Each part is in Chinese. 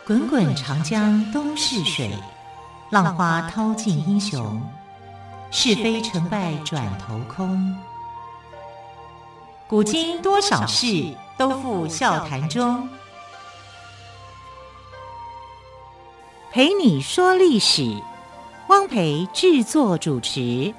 滚滚长江东逝水，浪花淘尽英雄。是非成败转头空。古今多少事，都付笑谈中。陪你说历史，汪培制作主持。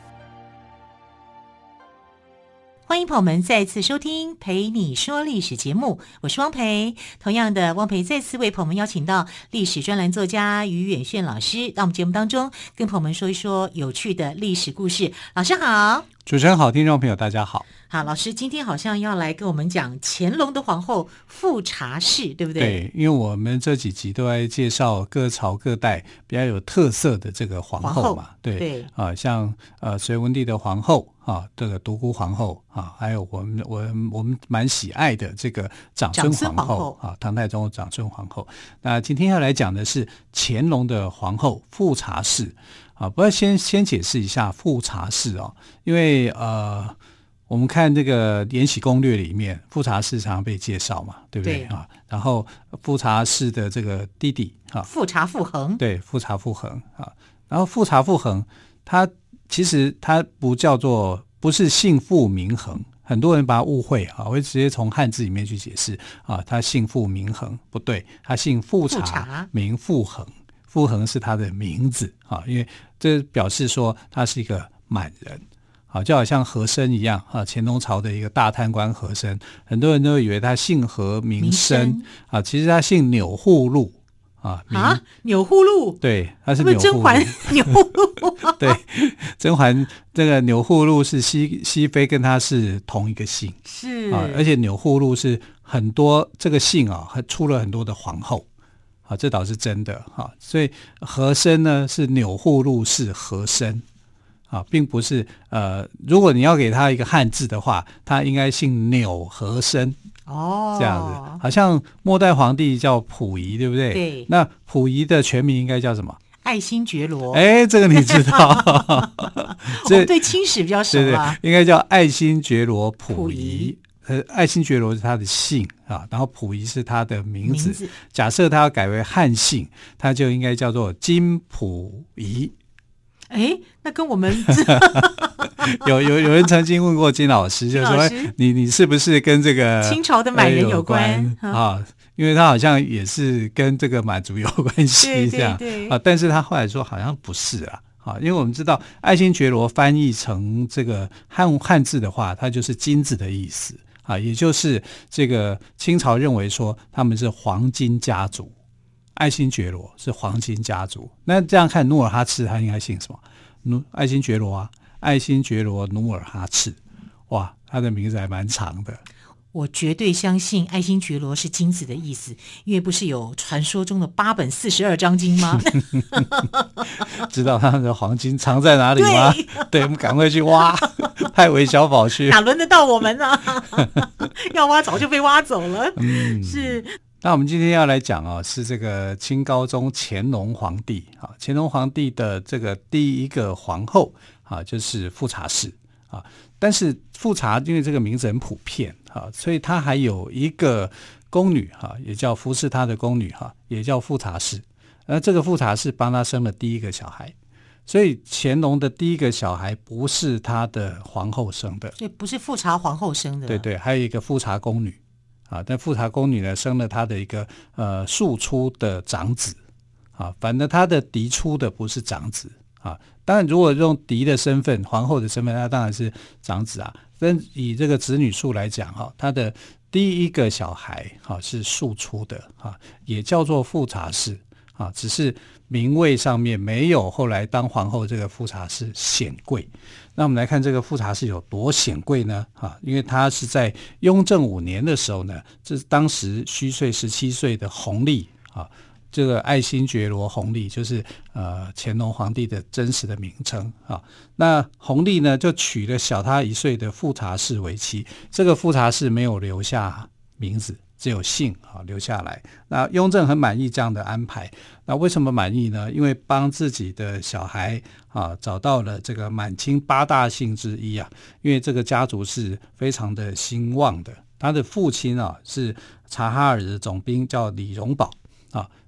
欢迎朋友们再次收听《陪你说历史》节目，我是汪培。同样的，汪培再次为朋友们邀请到历史专栏作家于远炫老师到我们节目当中，跟朋友们说一说有趣的历史故事。老师好。 主持人好，听众朋友大家好。 好，老师今天好像要来跟我们讲乾隆的皇后富察氏，对不对？ 对，因为我们这几集都在介绍各朝各代比较有特色的这个皇后嘛，对像隋文帝的皇后啊，这个独孤皇后啊，还有我们蛮喜爱的这个长孙皇后啊，唐太宗的长孙皇后。那今天要来讲的是乾隆的皇后富察氏啊，不过先解释一下富察氏哦，因为我们看这个《延禧攻略》里面，富察氏常常被介绍嘛，对不对啊？然后富察氏的这个弟弟啊， 富察傅恒， 对，富察傅恒啊。然后富察傅恒，他其实他不是姓傅名恒，很多人把他误会啊，会直接从汉字里面去解释啊，他姓傅名恒，不对，他姓富察，名傅恒，傅恒是他的名字啊，因为这表示说他是一个满人。就好像和珅一样啊，乾隆朝的一个大贪官和珅，很多人都以为他姓和名申啊，其实他姓钮祜禄啊。 钮祜禄， 对，他是钮祜禄。 甄嬛钮祜禄， 对，甄嬛这个钮祜禄是熹妃跟他是同一个姓， 是啊，而且钮祜禄是很多这个姓啊，出了很多的皇后啊，这倒是真的啊。所以和珅呢是钮祜禄氏和珅。并不是如果你要给他一个汉字的话，他应该姓钮和珅这样子。好像末代皇帝叫溥仪，对不对？ 对。 那溥仪的全名应该叫什么？ 爱新觉罗。 这个你知道？ 我们对清史比较熟啊。 对，应该叫爱新觉罗溥仪。爱新觉罗是他的姓啊，然后溥仪是他的名字。假设他要改为汉姓，他就应该叫做金溥仪。 那跟我们有人曾经问过金老师，就是说你是不是跟这个清朝的满人有关啊？因为他好像也是跟这个满族有关系这样啊，但是他后来说好像不是啊，因为我们知道爱新觉罗翻译成这个汉字的话，它就是金子的意思啊，也就是这个清朝认为说他们是黄金家族。爱新觉罗是黄金家族，那这样看努尔哈赤他应该姓什么？爱新觉罗啊，爱新觉罗努尔哈赤，哇，他的名字还蛮长的。 我绝对相信爱新觉罗是金子的意思，因为不是有传说中的8本42章经吗？ 知道他的黄金藏在哪里吗？对，我们赶快去挖，派韦小宝去。 哪轮得到我们呢？要挖早就被挖走了。是。 那我们今天要来讲是这个清高宗乾隆皇帝啊，乾隆皇帝的这个第一个皇后啊，就是富察氏啊。但是富察因为这个名字很普遍啊，所以他还有一个宫女哈，也叫服侍他的宫女哈，也叫富察氏。而这个富察氏帮他生了第一个小孩，所以乾隆的第一个小孩不是他的皇后生的， 所以不是富察皇后生的。 对，还有一个富察宫女。但富察宫女呢生了她的一个庶出的长子反正她的嫡出的不是长子当然如果用嫡的身份，皇后的身份，那当然是长子但以这个子女数来讲她的第一个小孩是庶出的也叫做富察氏只是名位上面没有后来当皇后这个富察氏显贵。那我们来看这个富察氏有多显贵呢？因为他是在雍正5年的时候呢，这是当时虚岁17岁的弘历这个爱新觉罗弘历就是乾隆皇帝的真实的名称那弘历呢就娶了小他1岁的富察氏为妻，这个富察氏没有留下名字，只有姓留下来。那雍正很满意这样的安排。那为什么满意呢？因为帮自己的小孩找到了这个满清8大姓之一因为这个家族是非常的兴旺的。他的父亲是察哈尔的总兵叫李荣保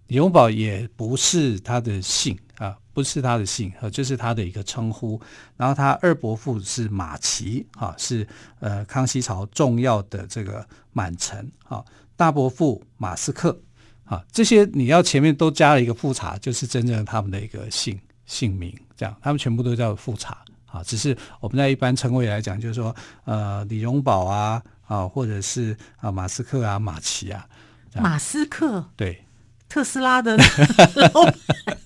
李荣保也不是他的姓啊，不是他的姓，这是他的一个称呼。然后他二伯父是马齐啊，是康熙朝重要的这个满臣啊。大伯父马斯克啊，这些你要前面都加了一个富察，就是真正他们的一个姓名，这样他们全部都叫富察啊。只是我们在一般称谓来讲，就是说李荣保啊，或者是马斯克啊、马齐啊。 马斯克， 对， 特斯拉的老板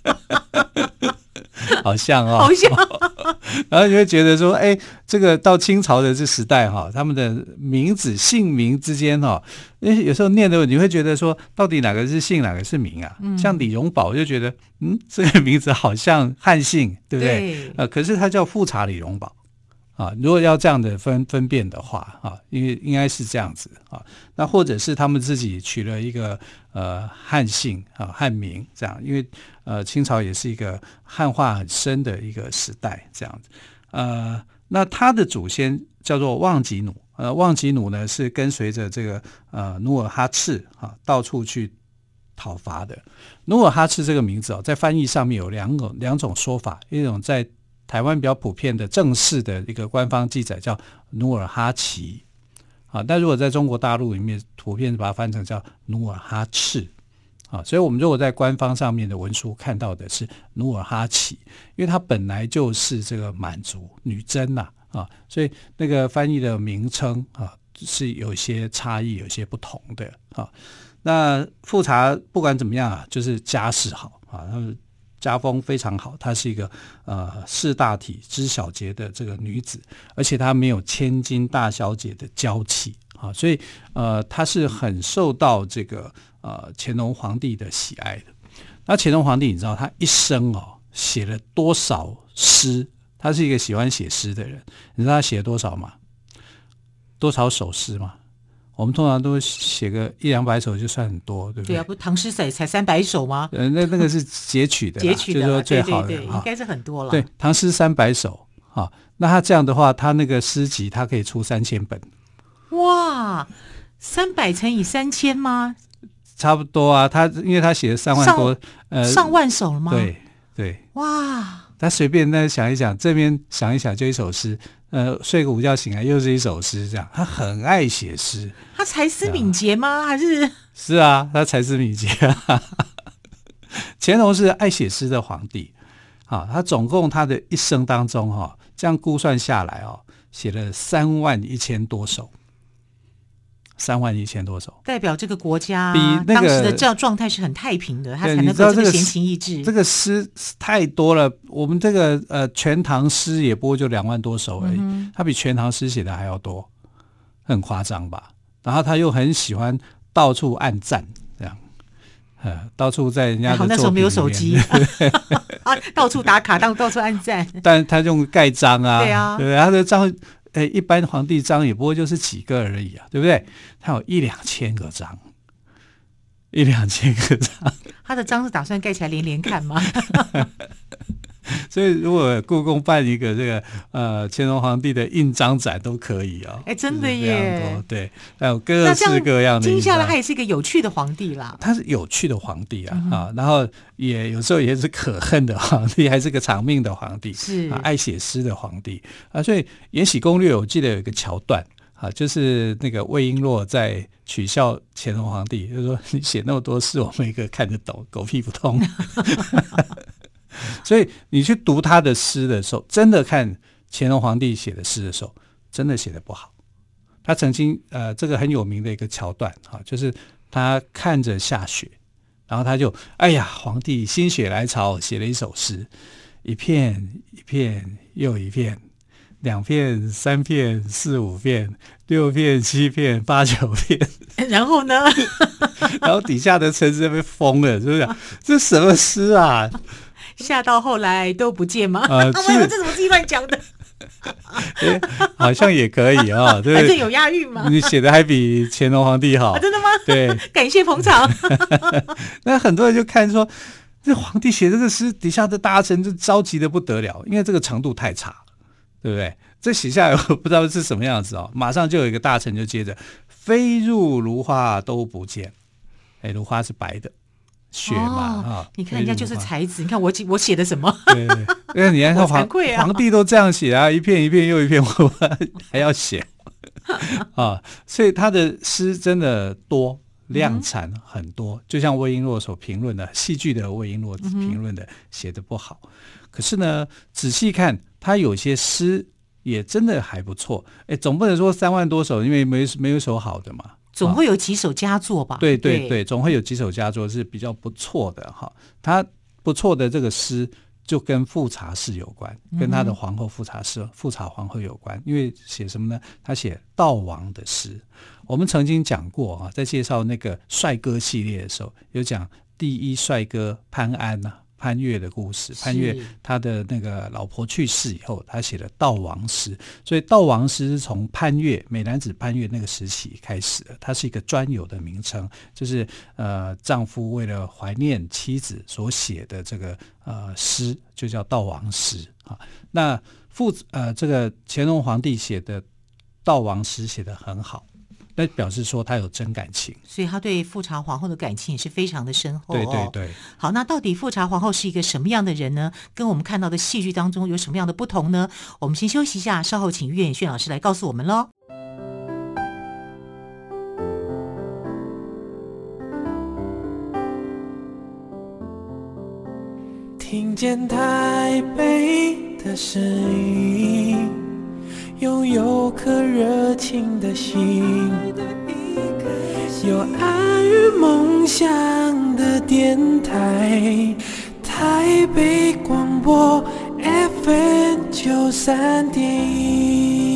好像哦， 好像然后你会觉得说，哎，这个到清朝的这时代哈，他们的名字姓名之间哈，有时候念的你会觉得说，到底哪个是姓，哪个是名啊？像李荣保就觉得，这个名字好像汉姓，对不对？ 对， 可是他叫富察李荣保。如果要这样的分辨的话因为应该是这样子那或者是他们自己取了一个汉姓汉名这样，因为清朝也是一个汉化很深的一个时代这样子那他的祖先叫做旺吉努旺吉努呢是跟随着这个努尔哈赤到处去讨伐的。努尔哈赤这个名字在翻译上面有两种说法，一种在台湾比较普遍的正式的一个官方记载叫努尔哈赤但如果在中国大陆里面普遍把它翻成叫努尔哈赤所以我们如果在官方上面的文书看到的是努尔哈赤，因为它本来就是这个满族女真所以那个翻译的名称是有些差异，有些不同的那富察不管怎么样就是家世好他们家风非常好，她是一个识大体知小节的这个女子，而且她没有千金大小姐的娇气所以她是很受到这个乾隆皇帝的喜爱的。那乾隆皇帝你知道他一生写了多少诗？他是一个喜欢写诗的人，你知道他写了多少吗？多少首诗吗？我们通常都写个100-200首就算很多，对不对？ 对啊，不唐诗才300首吗？ 那个是截取的，就是说最好的， 对，应该是很多了。 对，唐诗300首那他这样的话，他那个诗集他可以出3000本。 哇，300乘以3000吗？ 差不多啊，因为他写了3万多， 上万首了吗？ 对， 哇， 他随便那想一想，这边想一想就一首诗。睡个午觉醒来又是一首诗，这样他很爱写诗。 他才思敏捷吗？还是？ 是啊，他才思敏捷乾隆是爱写诗的皇帝他总共他的一生当中这样估算下来写了31000多首，31000多首， 代表这个国家比那个当时的这样状态是很太平的，他才能够这个闲情逸致。这个诗太多了，我们这个全唐诗也不过就2万多首而已，他比全唐诗写的还要多，很夸张吧？然后他又很喜欢到处按赞，这样，到处在人家的作品里面， 那时候没有手机到处打卡，到处按赞， 但他用盖章啊， 对啊， 对，他的章。一般皇帝章也不过就是几个而已对不对？他有1-2千个章，1-2千个章， 他的章是打算盖起来连连看吗？ 所以如果故宫办一个这个乾隆皇帝的印章展都可以真的耶， 对，还有各式各样的印章。 听下来他也是一个有趣的皇帝啦， 他是有趣的皇帝然后也有时候也是可恨的皇帝，还是个长命的皇帝， 是爱写诗的皇帝所以《延禧攻略》我记得有一个桥段就是那个魏璎珞在取笑乾隆皇帝，就是说你写那么多诗，我们一个看得懂，狗屁不通。所以你去读他的诗的时候，真的看乾隆皇帝写的诗的时候，真的写得不好。他曾经这个很有名的一个桥段就是他看着下雪，然后他就皇帝心血来潮写了一首诗，一片一片又一片，2片3片4 5片6片7片8 9片， 然后呢？ 然后底下的臣子被疯了，是不是？这什么诗啊？ 下到后来都不见吗？这怎么自己乱讲的？ 好像也可以对， 反正有押韵嘛。 你写的还比乾隆皇帝好， 真的吗？ 对， 感谢捧场。 那很多人就看说，这皇帝写这个诗，底下的大臣就着急的不得了，因为这个程度太差，对不对？这写下来我不知道是什么样子马上就有一个大臣就接着飞入芦花都不见，芦花是白的， 血嘛你看人家就是才子，你看我写的什么？ 对，因为你看皇帝都这样写啊，一片一片又一片，我还要写所以他的诗真的多，量产很多，就像魏璎珞所评论的，戏剧的魏璎珞评论的写得不好，可是呢，仔细看他有些诗也真的还不错，总不能说3万多首，因为没有一首好的嘛。 总会有几首佳作吧？ 对对对，总会有几首佳作是比较不错的哈。他不错的这个诗就跟富察氏有关，跟他的皇后富察皇后有关。因为写什么呢？他写悼亡的诗。我们曾经讲过在介绍那个帅哥系列的时候，有讲第一帅哥潘安潘岳的故事。潘岳他的那个老婆去世以后，他写了悼亡诗，所以悼亡诗是从潘岳美男子潘岳那个时期开始的，它是一个专有的名称，就是丈夫为了怀念妻子所写的这个诗，就叫悼亡诗啊。那这个乾隆皇帝写的悼亡诗写得很好，那表示说他有真感情， 所以他对富察皇后的感情也是非常的深厚。 对对对。 好，那到底富察皇后是一个什么样的人呢？跟我们看到的戏剧当中有什么样的不同呢？我们先休息一下，稍后请岳远炫老师来告诉我们咯。 听见台北的声音，拥有颗热情的心，有爱与梦想的电台，台北广播 FM93.1。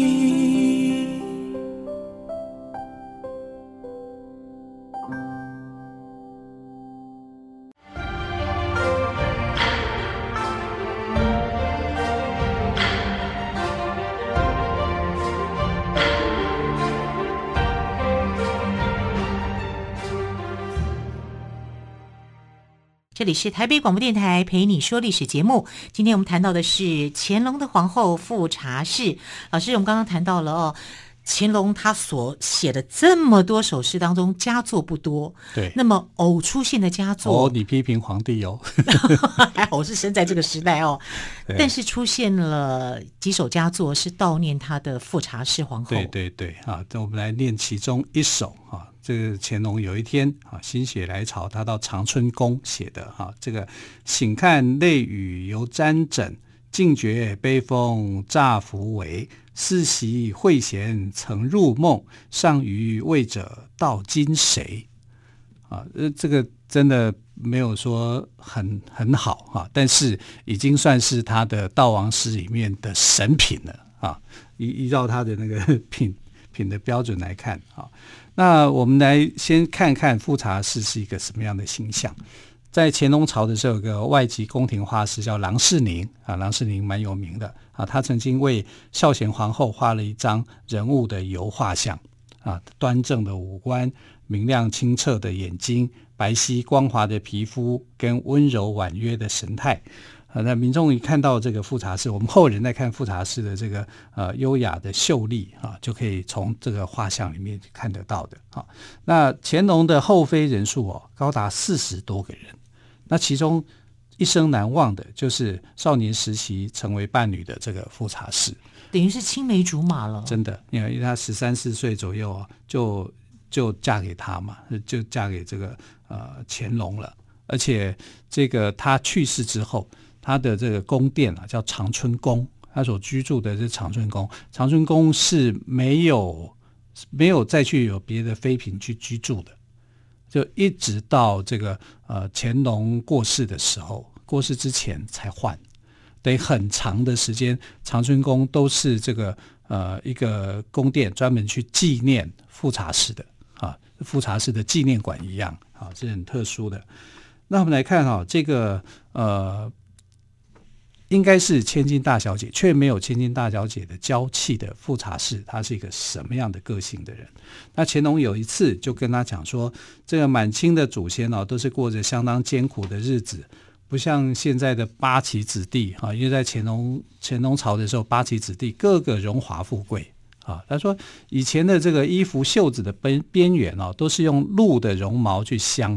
这里是台北广播电台陪你说历史节目，今天我们谈到的是乾隆的皇后富察氏。老师，我们刚刚谈到了乾隆他所写的这么多首诗当中，佳作不多。 对， 那么偶出现的佳作， 你批评皇帝还好我是生在这个时代但是出现了几首佳作是悼念他的富察氏皇后。 对对对我们来念其中一首这个乾隆有一天心血来潮，他到长春宫写的这个醒看泪雨犹沾枕，静觉悲风乍拂微，四席会弦曾入梦，上虞魏者道今谁这个真的没有说很好但是已经算是他的悼亡诗里面的神品了依照他的那个品的标准来看那我们来先看看富察氏是一个什么样的形象。在乾隆朝的时候，有个外籍宫廷画师叫郎世宁郎世宁蛮有名的他曾经为孝贤皇后画了一张人物的油画像端正的五官，明亮清澈的眼睛，白皙光滑的皮肤跟温柔婉约的神态那民众一看到这个富察氏，我们后人在看富察氏的这个优雅的秀丽就可以从这个画像里面看得到的那乾隆的后妃人数高达40多个人，那其中一生难忘的就是少年时期成为伴侣的这个富察氏， 等于是青梅竹马了。 真的，因为他13、14岁左右就嫁给他嘛，就嫁给这个乾隆了。而且这个他去世之后，他的这个宫殿叫长春宫，他所居住的是长春宫。长春宫是没有再去有别的妃嫔去居住的，就一直到这个乾隆过世的时候，过世之前才换，得很长的时间，长春宫都是这个一个宫殿，专门去纪念富察氏的富察氏的纪念馆一样是很特殊的。那我们来看这个应该是千金大小姐，却没有千金大小姐的娇气的富察氏，她是一个什么样的个性的人？那乾隆有一次就跟他讲说，这个满清的祖先都是过着相当艰苦的日子，不像现在的八旗子弟因为在乾隆朝的时候，八旗子弟个个荣华富贵他说以前的这个衣服袖子的边缘都是用鹿的绒毛去镶的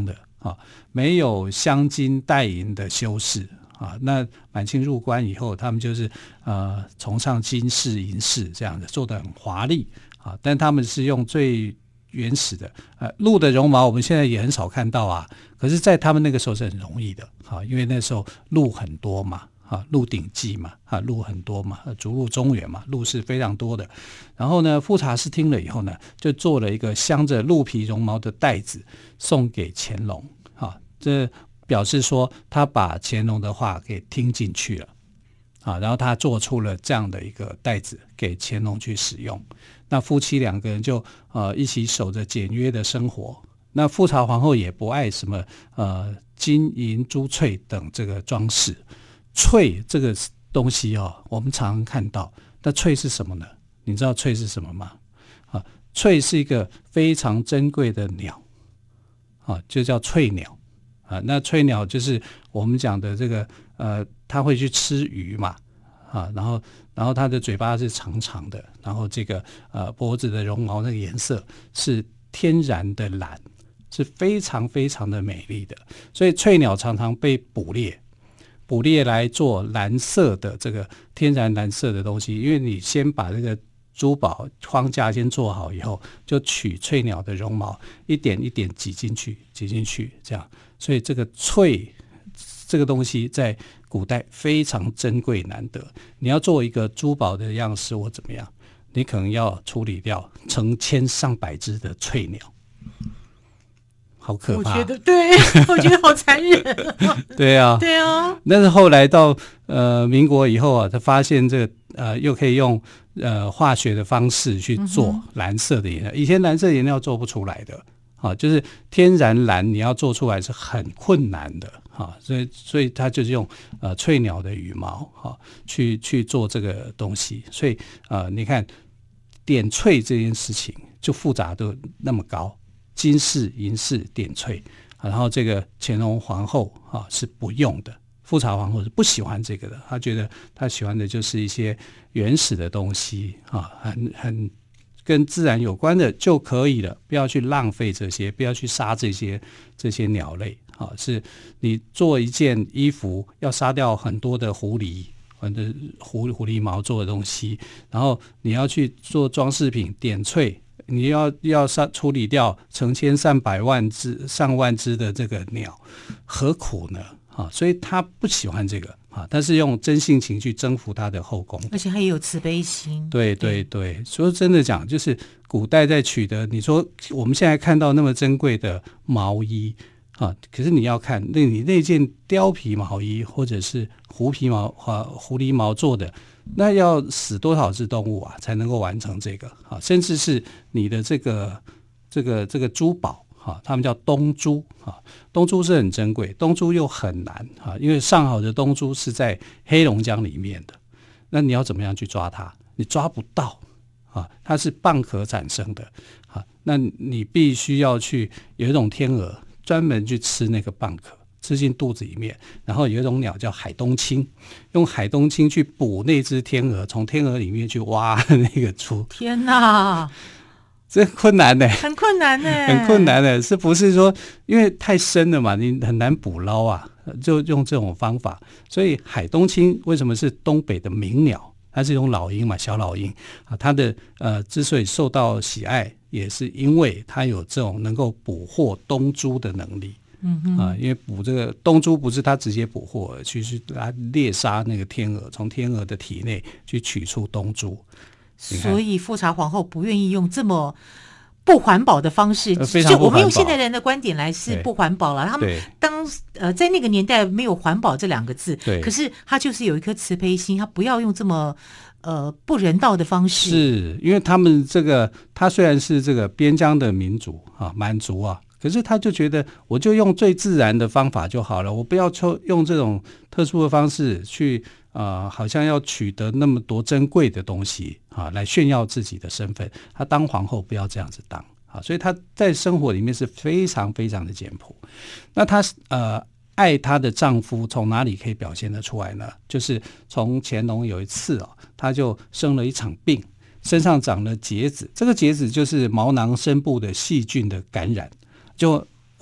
没有镶金戴银的修饰啊。那满清入关以后，他们就是崇尚金饰银饰这样的，做得很华丽啊。但他们是用最原始的鹿的绒毛，我们现在也很少看到啊。可是，在他们那个时候是很容易的啊，因为那时候鹿很多嘛。鹿鼎记嘛，鹿很多嘛，逐鹿中原嘛，鹿是非常多的。然后呢，富察氏听了以后呢，就做了一个镶着鹿皮绒毛的袋子送给乾隆，这表示说他把乾隆的话给听进去了然后他做出了这样的一个袋子给乾隆去使用。那夫妻两个人就一起守着简约的生活。那富察皇后也不爱什么金银珠翠等这个装饰。翠这个东西我们常常看到，那翠是什么呢？你知道翠是什么吗？翠是一个非常珍贵的鸟就叫翠鸟那翠鸟就是我们讲的这个它会去吃鱼嘛然后它的嘴巴是长长的，然后这个脖子的绒毛那个颜色是天然的蓝，是非常非常的美丽的，所以翠鸟常常被捕猎来做蓝色的这个天然蓝色的东西。因为你先把这个珠宝框架先做好以后，就取翠鸟的绒毛一点一点挤进去这样。所以这个翠这个东西在古代非常珍贵难得。你要做一个珠宝的样式或怎么样，你可能要处理掉成千上百只的翠鸟，好可怕。 我觉得对，我觉得好残忍对啊， 对啊。 但是后来到民国以后他发现这个又可以用化学的方式去做蓝色的颜料。以前蓝色颜料做不出来的就是天然蓝，你要做出来是很困难的所以他就是用翠鸟的羽毛去做这个东西。所以你看点翠这件事情就复杂度那么高。金饰银饰点翠然后这个乾隆皇后是不用的，富察皇后是不喜欢这个的，她觉得她喜欢的就是一些原始的东西很跟自然有关的就可以了，不要去浪费这些，不要去杀这些鸟类是你做一件衣服要杀掉很多的狐狸狐狸毛做的东西，然后你要去做装饰品点翠，你要处理掉成千上百万只上万只的这个鸟，何苦呢所以他不喜欢这个他是用真性情去征服他的后宫， 而且他也有慈悲心。 对对对，说真的讲，就是古代在取得，你说我们现在看到那么珍贵的毛衣可是你要看你那件貂皮毛衣或者是狐狸毛做的，那要死多少只动物才能够完成这个甚至是你的这个珠宝他们叫东珠东珠是很珍贵，东珠又很难因为上好的东珠是在黑龙江里面的，那你要怎么样去抓它？你抓不到它是蚌壳产生的那你必须要去有一种天鹅专门去吃那个蚌壳，吃进肚子里面，然后有一种鸟叫海东青，用海东青去捕那只天鹅，从天鹅里面去挖那个珠。 天哪， 这困难呢， 很困难呢， 很困难的，是不是说因为太深了嘛，你很难捕捞就用这种方法。所以海东青为什么是东北的名鸟？它是一种老鹰嘛，小老鹰它的之所以受到喜爱，也是因为它有这种能够捕获东珠的能力。因为捕这个东珠不是它直接捕获，去猎杀那个天鹅，从天鹅的体内去取出东珠。 所以富察皇后不愿意用这么不环保的方式， 就我们用现代人的观点来是不环保了。他们在那个年代没有环保这两个字，可是他就是有一颗慈悲心，他不要用这么不人道的方式。是因为他们他虽然是这个边疆的民族蛮族可是他就觉得我就用最自然的方法就好了，我不要用这种特殊的方式去好像要取得那么多珍贵的东西来炫耀自己的身份。他当皇后不要这样子当所以他在生活里面是非常非常的简朴。那他爱她的丈夫从哪里可以表现得出来呢？就是从乾隆有一次他就生了一场病，身上长了疖子，这个疖子就是毛囊深部的细菌的感染。就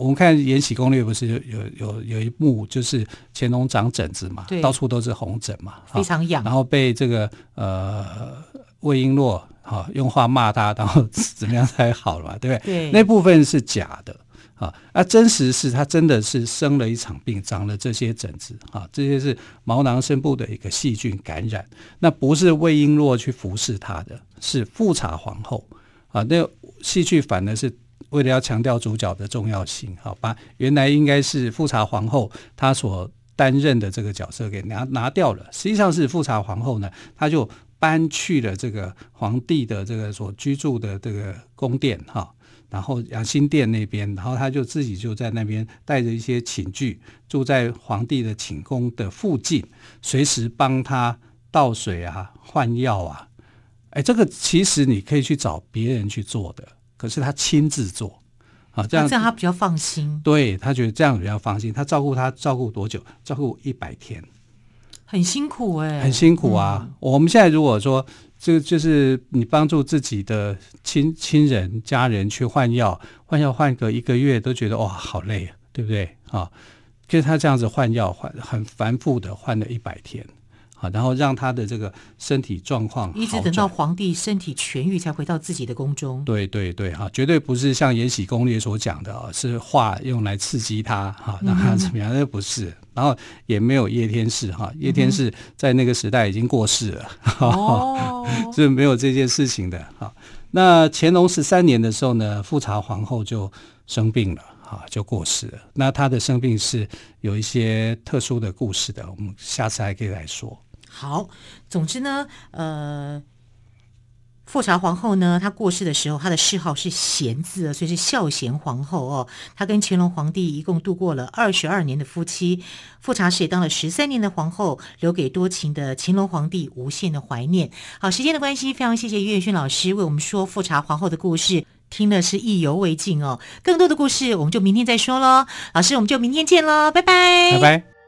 我们看《延禧攻略》不是有一幕，就是乾隆长疹子嘛，到处都是红疹嘛， 非常痒， 然后被这个魏璎珞用话骂他，然后怎么样才好了嘛，对不对？ 对， 那部分是假的。真实是他真的是生了一场病，长了这些疹子这些是毛囊深部的一个细菌感染，那不是魏璎珞去服侍他的，是富察皇后那戏剧反而是为了要强调主角的重要性把原来应该是富察皇后她所担任的这个角色给拿掉了，实际上是富察皇后呢，她就搬去了这个皇帝的这个所居住的这个宫殿然后养心殿那边，然后他就自己就在那边带着一些寝具，住在皇帝的寝宫的附近，随时帮他倒水换药这个其实你可以去找别人去做的，可是他亲自做这样他比较放心。 对，他觉得这样比较放心。他照顾多久？照顾100天， 很辛苦很辛苦啊。我们现在如果说这个就是你帮助自己的亲人家人去换药换个1个月都觉得哇好累对不对就是他这样子换药很繁复的换了100天然后让他的这个身体状况一直等到皇帝身体痊愈才回到自己的宫中。 对对对绝对不是像《延禧攻略》所讲的是话用来刺激他让他怎么样，那不是。然后也没有叶天士叶天士在那个时代已经过世了是没有这件事情的那乾隆13年的时候呢，富察皇后就生病了就过世了。那她的生病是有一些特殊的故事的，我们下次还可以来说。 好，总之呢富察皇后呢，她过世的时候，她的谥号是贤字，所以是孝贤皇后她跟乾隆皇帝一共度过了22年的夫妻。富察氏也当了13年的皇后，留给多情的乾隆皇帝无限的怀念。好，时间的关系，非常谢谢于远逊老师为我们说富察皇后的故事，听的是意犹未尽更多的故事我们就明天再说咯。老师，我们就明天见咯，拜拜， 拜拜。